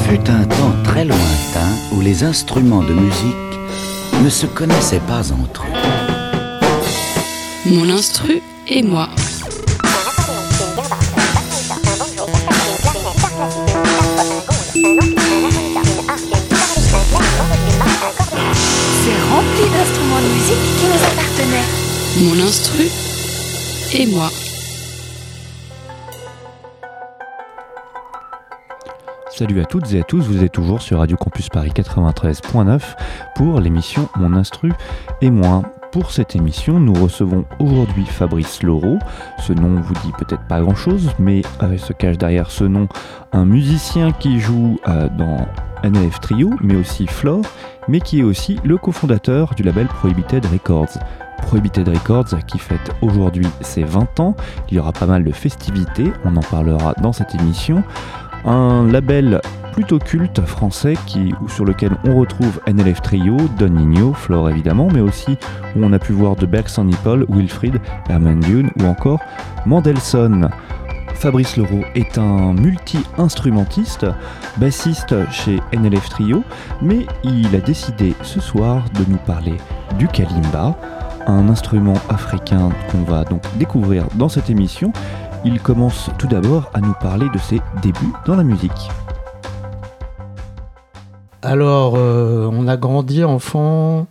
fut un temps très lointain où les instruments de musique ne se connaissaient pas entre eux. Mon instru et moi. C'est rempli d'instruments de musique qui nous appartenaient. Mon instru et moi. Salut à toutes et à tous, vous êtes toujours sur Radio Campus Paris 93.9 pour l'émission Mon Instru et moi. Pour cette émission, nous recevons aujourd'hui Fabrice Laureau. Ce nom vous dit peut-être pas grand-chose, mais se cache derrière ce nom un musicien qui joue dans NLF Trio, mais aussi Flore, mais qui est aussi le cofondateur du label Prohibited Records. Prohibited Records qui fête aujourd'hui ses 20 ans. Il y aura pas mal de festivités, on en parlera dans cette émission. Un label plutôt culte français sur lequel on retrouve NLF Trio, Don Nino, Flore évidemment, mais aussi où on a pu voir de Berks and Nipple, Wilfried, Herman Dune ou encore Mendelssohn. Fabrice Laureau est un multi-instrumentiste, bassiste chez NLF Trio, mais il a décidé ce soir de nous parler du kalimba, un instrument africain qu'on va donc découvrir dans cette émission. Il commence tout d'abord à nous parler de ses débuts dans la musique. Alors, on a grandi enfant,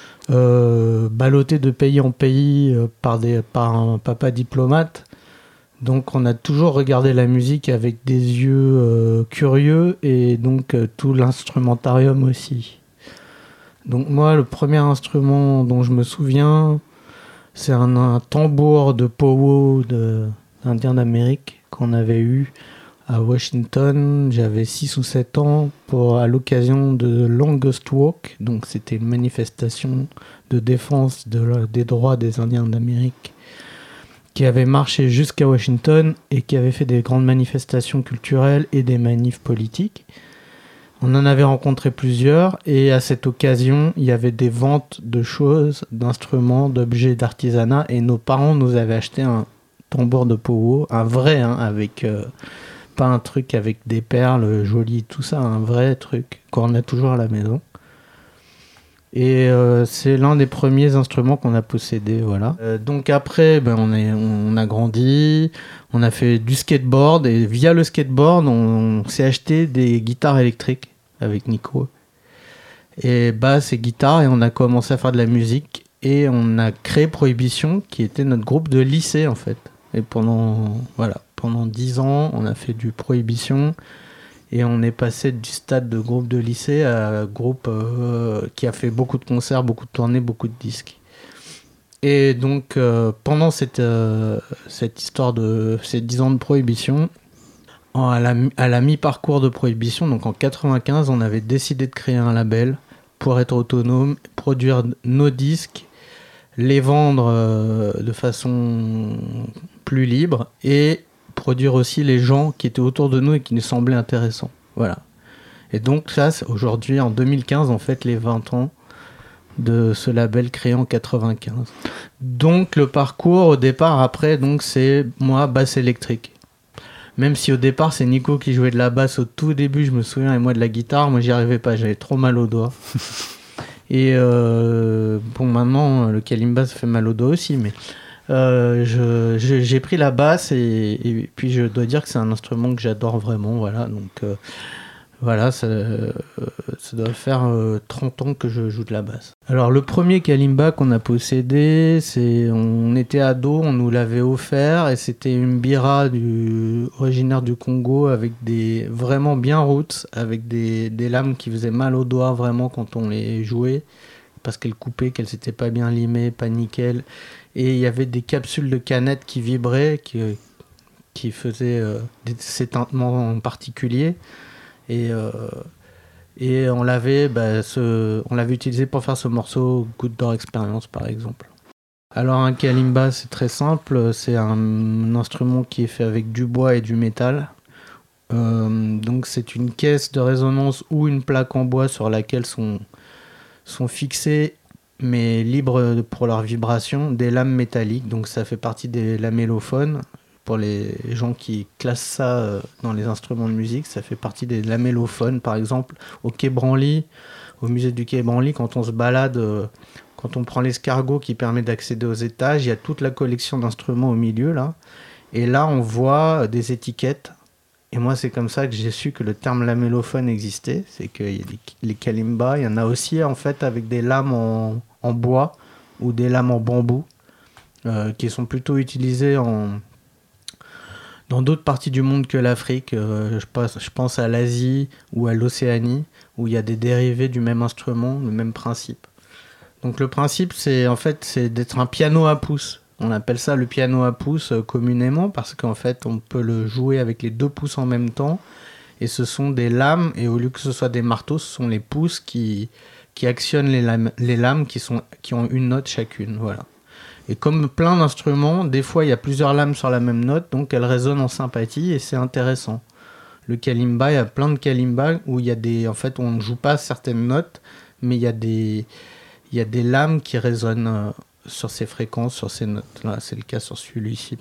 ballotté de pays en pays par un papa diplomate. Donc, on a toujours regardé la musique avec des yeux curieux et donc tout l'instrumentarium aussi. Donc, moi, le premier instrument dont je me souviens, c'est un tambour de powo d'Indien d'Amérique qu'on avait eu à Washington. J'avais 6 ou 7 ans à l'occasion de Longest Walk. Donc c'était une manifestation de défense des droits des Indiens d'Amérique qui avait marché jusqu'à Washington et qui avait fait des grandes manifestations culturelles et des manifs politiques. On en avait rencontré plusieurs et à cette occasion, il y avait des ventes de choses, d'instruments, d'objets d'artisanat et nos parents nous avaient acheté un tambour de powo, un vrai, avec pas un truc avec des perles jolies, tout ça, un vrai truc qu'on a toujours à la maison. Et c'est l'un des premiers instruments qu'on a possédé, voilà. Donc après, on a grandi, on a fait du skateboard et via le skateboard, on s'est acheté des guitares électriques avec Nico. Et basse et guitare, et on a commencé à faire de la musique et on a créé Prohibition, qui était notre groupe de lycée en fait. Et pendant 10 ans, on a fait du Prohibition et on est passé du stade de groupe de lycée à groupe qui a fait beaucoup de concerts, beaucoup de tournées, beaucoup de disques. Et donc, pendant cette histoire de ces 10 ans de Prohibition, à la mi-parcours de Prohibition, donc en 95, on avait décidé de créer un label pour être autonome, produire nos disques, les vendre de façon plus libre et produire aussi les gens qui étaient autour de nous et qui nous semblaient intéressants. Voilà. Et donc ça, aujourd'hui, en 2015, on fête les 20 ans de ce label créé en 95. Donc le parcours au départ, après, donc, c'est moi, basse électrique. Même si au départ, c'est Nico qui jouait de la basse au tout début, je me souviens, et moi de la guitare, moi j'y arrivais pas, j'avais trop mal aux doigts. Et maintenant, le kalimba, ça fait mal aux doigts aussi, mais j'ai pris la basse et puis je dois dire que c'est un instrument que j'adore vraiment, voilà. Donc voilà, ça doit faire 30 ans que je joue de la basse. Alors le premier kalimba qu'on a possédé, on était ados, on nous l'avait offert et c'était une bira originaire du Congo avec des vraiment bien roots, avec des lames qui faisaient mal aux doigts vraiment quand on les jouait parce qu'elles coupaient, qu'elles s'étaient pas bien limées, pas nickel. Et il y avait des capsules de canettes qui vibraient, qui faisaient ces tintements particuliers. Et on l'avait utilisé pour faire ce morceau Good Door Experience par exemple. Alors un kalimba, c'est très simple, c'est un instrument qui est fait avec du bois et du métal. Donc c'est une caisse de résonance ou une plaque en bois sur laquelle sont fixées, mais libres pour leur vibration, des lames métalliques. Donc ça fait partie des lamellophones, pour les gens qui classent ça dans les instruments de musique. Ça fait partie des lamellophones, par exemple, au Quai Branly, au musée du Quai Branly, quand on se balade, quand on prend l'escargot qui permet d'accéder aux étages, il y a toute la collection d'instruments au milieu, là. Et là, on voit des étiquettes. Et moi, c'est comme ça que j'ai su que le terme lamellophone existait. C'est qu'il y a les kalimbas, il y en a aussi, en fait, avec des lames en bois ou des lames en bambou, qui sont plutôt utilisées dans d'autres parties du monde que l'Afrique. Je pense à l'Asie ou à l'Océanie, où il y a des dérivés du même instrument, le même principe. Donc le principe, c'est d'être un piano à pouce. On appelle ça le piano à pouce communément, parce qu'en fait, on peut le jouer avec les 2 pouces en même temps. Et ce sont des lames, et au lieu que ce soit des marteaux, ce sont les pouces qui actionnent les lames qui ont une note chacune. Voilà. Et comme plein d'instruments, des fois il y a plusieurs lames sur la même note, donc elles résonnent en sympathie et c'est intéressant. Le kalimba, il y a plein de kalimbas où il y a en fait, on ne joue pas certaines notes, mais il y a des lames qui résonnent sur ces fréquences, sur ces notes. Là, c'est le cas sur celui-ci.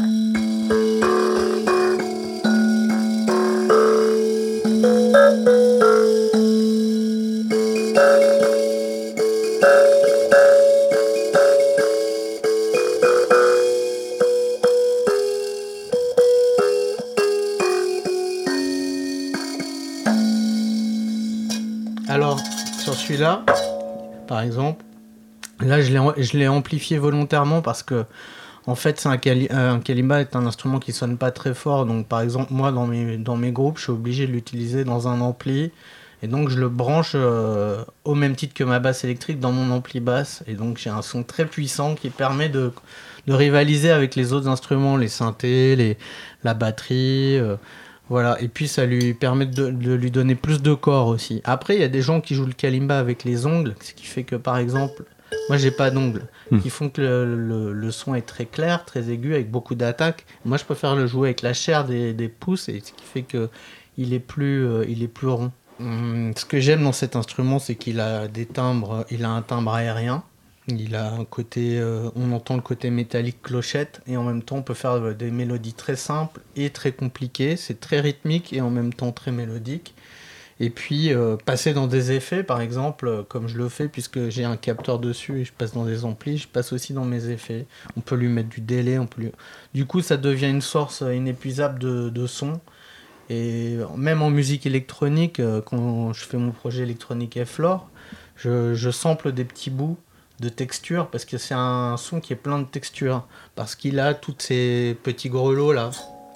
Alors, sur celui-là, par exemple, là je l'ai amplifié volontairement parce que, en fait, un kalimba est un instrument qui sonne pas très fort. Donc, par exemple, moi, dans mes groupes, je suis obligé de l'utiliser dans un ampli. Et donc, je le branche au même titre que ma basse électrique dans mon ampli basse. Et donc, j'ai un son très puissant qui permet de rivaliser avec les autres instruments, les synthés, la batterie... Voilà, et puis ça lui permet de lui donner plus de corps aussi. Après, il y a des gens qui jouent le kalimba avec les ongles, ce qui fait que, par exemple, moi j'ai pas d'ongles, qui font que le son est très clair, très aigu, avec beaucoup d'attaques. Moi, je préfère le jouer avec la chair des pouces, et ce qui fait que il est plus rond. Ce que j'aime dans cet instrument, c'est qu'il a il a un timbre aérien. Il a un côté, on entend le côté métallique clochette, et en même temps on peut faire des mélodies très simples et très compliquées. C'est très rythmique et en même temps très mélodique. Et puis passer dans des effets, par exemple, comme je le fais, puisque j'ai un capteur dessus et je passe dans des amplis, je passe aussi dans mes effets. On peut lui mettre du délai, du coup ça devient une source inépuisable de son. Et même en musique électronique, quand je fais mon projet électronique F-Lore, je sample des petits bouts de texture, parce que c'est un son qui est plein de textures, parce qu'il a tous ces petits grelots là,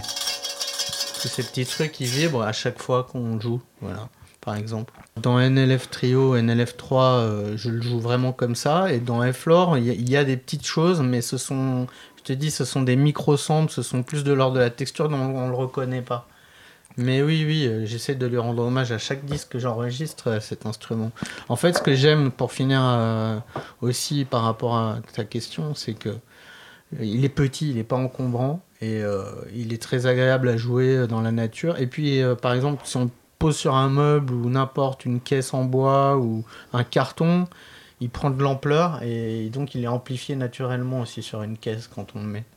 tous ces petits trucs qui vibrent à chaque fois qu'on joue, voilà, par exemple. Dans NLF Trio, NLF 3, je le joue vraiment comme ça, et dans F-Lore, il y a des petites choses, mais ce sont des micro-samples, ce sont plus de l'ordre de la texture, donc on le reconnaît pas. Mais oui, j'essaie de lui rendre hommage à chaque disque que j'enregistre, cet instrument. En fait, ce que j'aime, pour finir aussi par rapport à ta question, c'est que il est petit, il n'est pas encombrant, et il est très agréable à jouer dans la nature. Et puis, par exemple, si on pose sur un meuble ou n'importe une caisse en bois ou un carton, il prend de l'ampleur, et donc il est amplifié naturellement aussi sur une caisse quand on le met.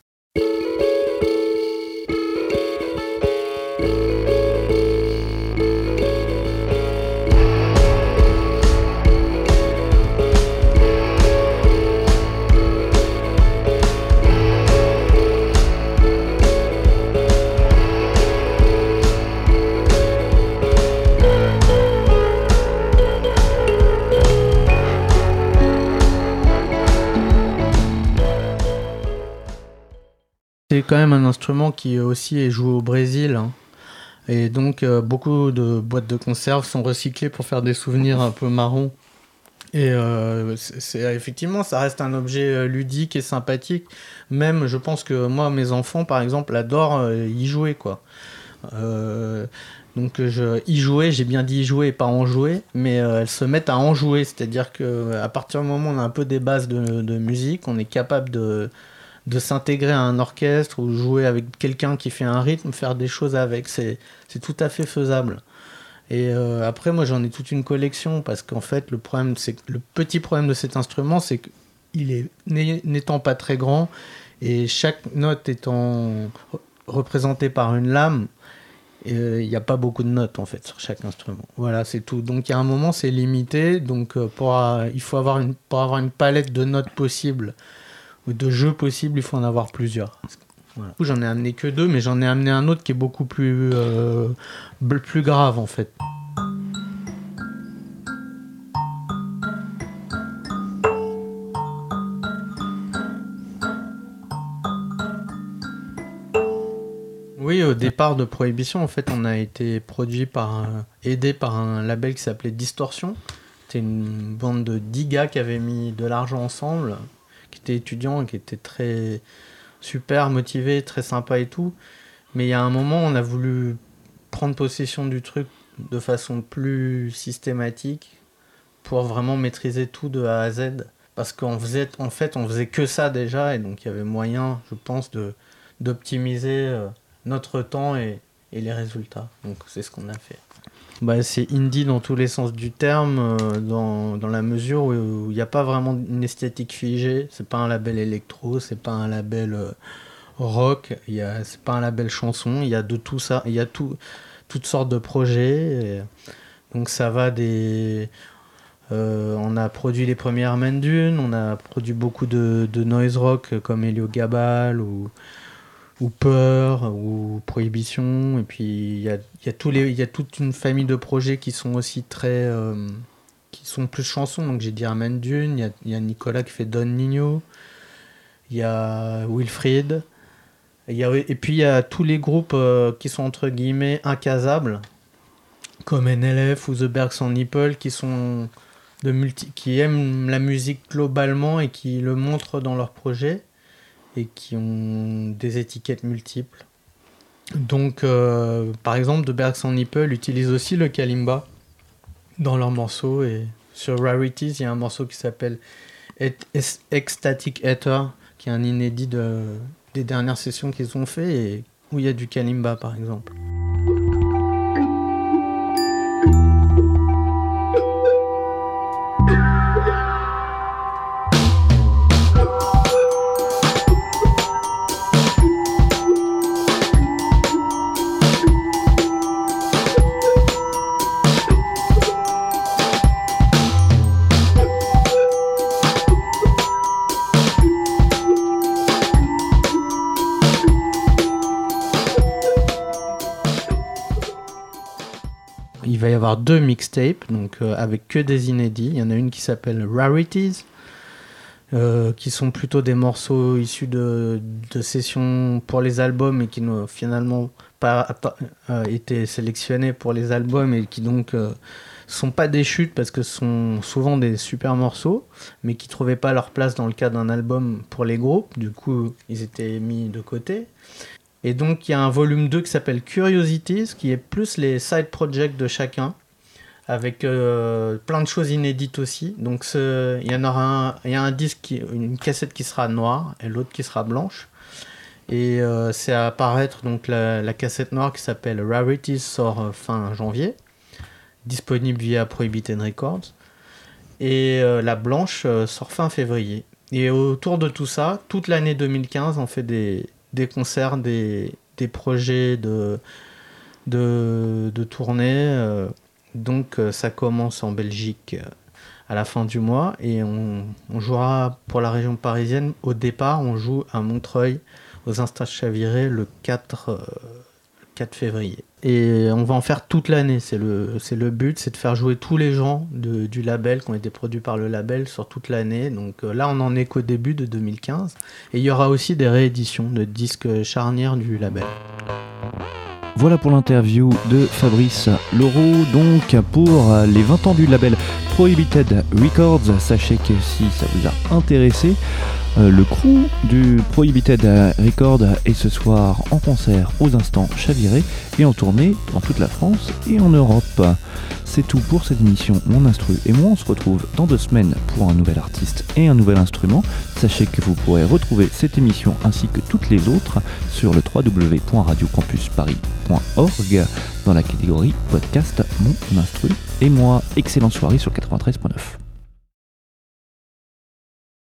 C'est quand même un instrument qui aussi est joué au Brésil, hein. Et donc beaucoup de boîtes de conserve sont recyclées pour faire des souvenirs un peu marrons. Et effectivement, ça reste un objet ludique et sympathique. Même, je pense que moi, mes enfants, par exemple, adorent y jouer, quoi. Donc y jouer, j'ai bien dit y jouer et pas en jouer, mais elles se mettent à en jouer. C'est-à-dire qu'à partir du moment où on a un peu des bases de musique, on est capable de s'intégrer à un orchestre ou jouer avec quelqu'un qui fait un rythme, faire des choses avec, c'est tout à fait faisable. Et après, moi, j'en ai toute une collection, parce qu'en fait, le petit problème de cet instrument, c'est qu'il est, n'étant pas très grand, Et chaque note étant représentée par une lame, il n'y a pas beaucoup de notes en fait sur chaque instrument. Voilà, c'est tout. Donc il y a un moment, c'est limité. Donc pour avoir une palette de notes possibles ou de jeux possibles, il faut en avoir plusieurs. Voilà. Du coup, j'en ai amené que 2, mais j'en ai amené un autre qui est beaucoup plus grave en fait. Oui, au départ de Prohibition, en fait, on a été aidé par un label qui s'appelait Distortion. C'était une bande de 10 gars qui avaient mis de l'argent ensemble, qui étaient étudiants et qui étaient très super motivés, très sympas et tout. Mais il y a un moment, on a voulu prendre possession du truc de façon plus systématique pour vraiment maîtriser tout de A à Z. Parce qu'on faisait que ça déjà, et donc il y avait moyen, je pense, d'optimiser notre temps et les résultats. Donc c'est ce qu'on a fait. C'est indie dans tous les sens du terme, dans la mesure où il n'y a pas vraiment une esthétique figée. C'est pas un label électro, c'est pas un label rock, c'est pas un label chanson. Il y a de tout ça, il y a toutes sortes de projets. Donc ça va des... on a produit les premières Main Dune, on a produit beaucoup de noise rock comme Helio Gabal ou Peur, ou Prohibition, et puis il y a toute une famille de projets qui sont aussi qui sont plus chansons. Donc j'ai dit Main Dune, il y a Nicolas qui fait Don Nino, il y a Wilfried, et puis il y a tous les groupes qui sont entre guillemets incasables, comme NLF ou The Bergs on Nipple, qui aiment la musique globalement et qui le montrent dans leurs projets, et qui ont des étiquettes multiples. Donc, par exemple, The Bergs on Nipple utilise aussi le kalimba dans leurs morceaux, et sur Rarities, il y a un morceau qui s'appelle Ecstatic Ether, qui est un inédit des dernières sessions qu'ils ont fait, et où il y a du kalimba, par exemple. Il va y avoir 2 mixtapes, donc avec que des inédits. Il y en a une qui s'appelle Rarities, qui sont plutôt des morceaux issus de sessions pour les albums et qui n'ont finalement pas été sélectionnés pour les albums, et qui donc sont pas des chutes parce que ce sont souvent des super morceaux, mais qui trouvaient pas leur place dans le cadre d'un album pour les groupes. Du coup, ils étaient mis de côté. Et donc il y a un volume 2 qui s'appelle Curiosities, qui est plus les side projects de chacun, avec plein de choses inédites aussi. Donc il y a un disque, une cassette qui sera noire et l'autre qui sera blanche. Et c'est à apparaître, donc la cassette noire qui s'appelle Rarities sort fin janvier, disponible via Prohibited Records. Et la blanche sort fin février. Et autour de tout ça, toute l'année 2015, on fait des concerts, des projets de tournée. Donc ça commence en Belgique à la fin du mois, et on jouera pour la région parisienne. Au départ, on joue à Montreuil aux Instances Chaviré le 4 février. Et on va en faire toute l'année. C'est le but, c'est de faire jouer tous les gens du label, qui ont été produits par le label sur toute l'année. Donc là, on en est qu'au début de 2015. Et il y aura aussi des rééditions de disques charnières du label. Voilà pour l'interview de Fabrice Laureau. Donc pour les 20 ans du label Prohibited Records, sachez que si ça vous a intéressé, le crew du Prohibited Records est ce soir en concert aux Instants Chaviré et en tournée dans toute la France et en Europe. C'est tout pour cette émission Mon Instru et moi. On se retrouve dans 2 semaines pour un nouvel artiste et un nouvel instrument. Sachez que vous pourrez retrouver cette émission ainsi que toutes les autres sur le www.radiocampusparis.org dans la catégorie podcast Mon Instru et moi. Excellente soirée sur 93.9.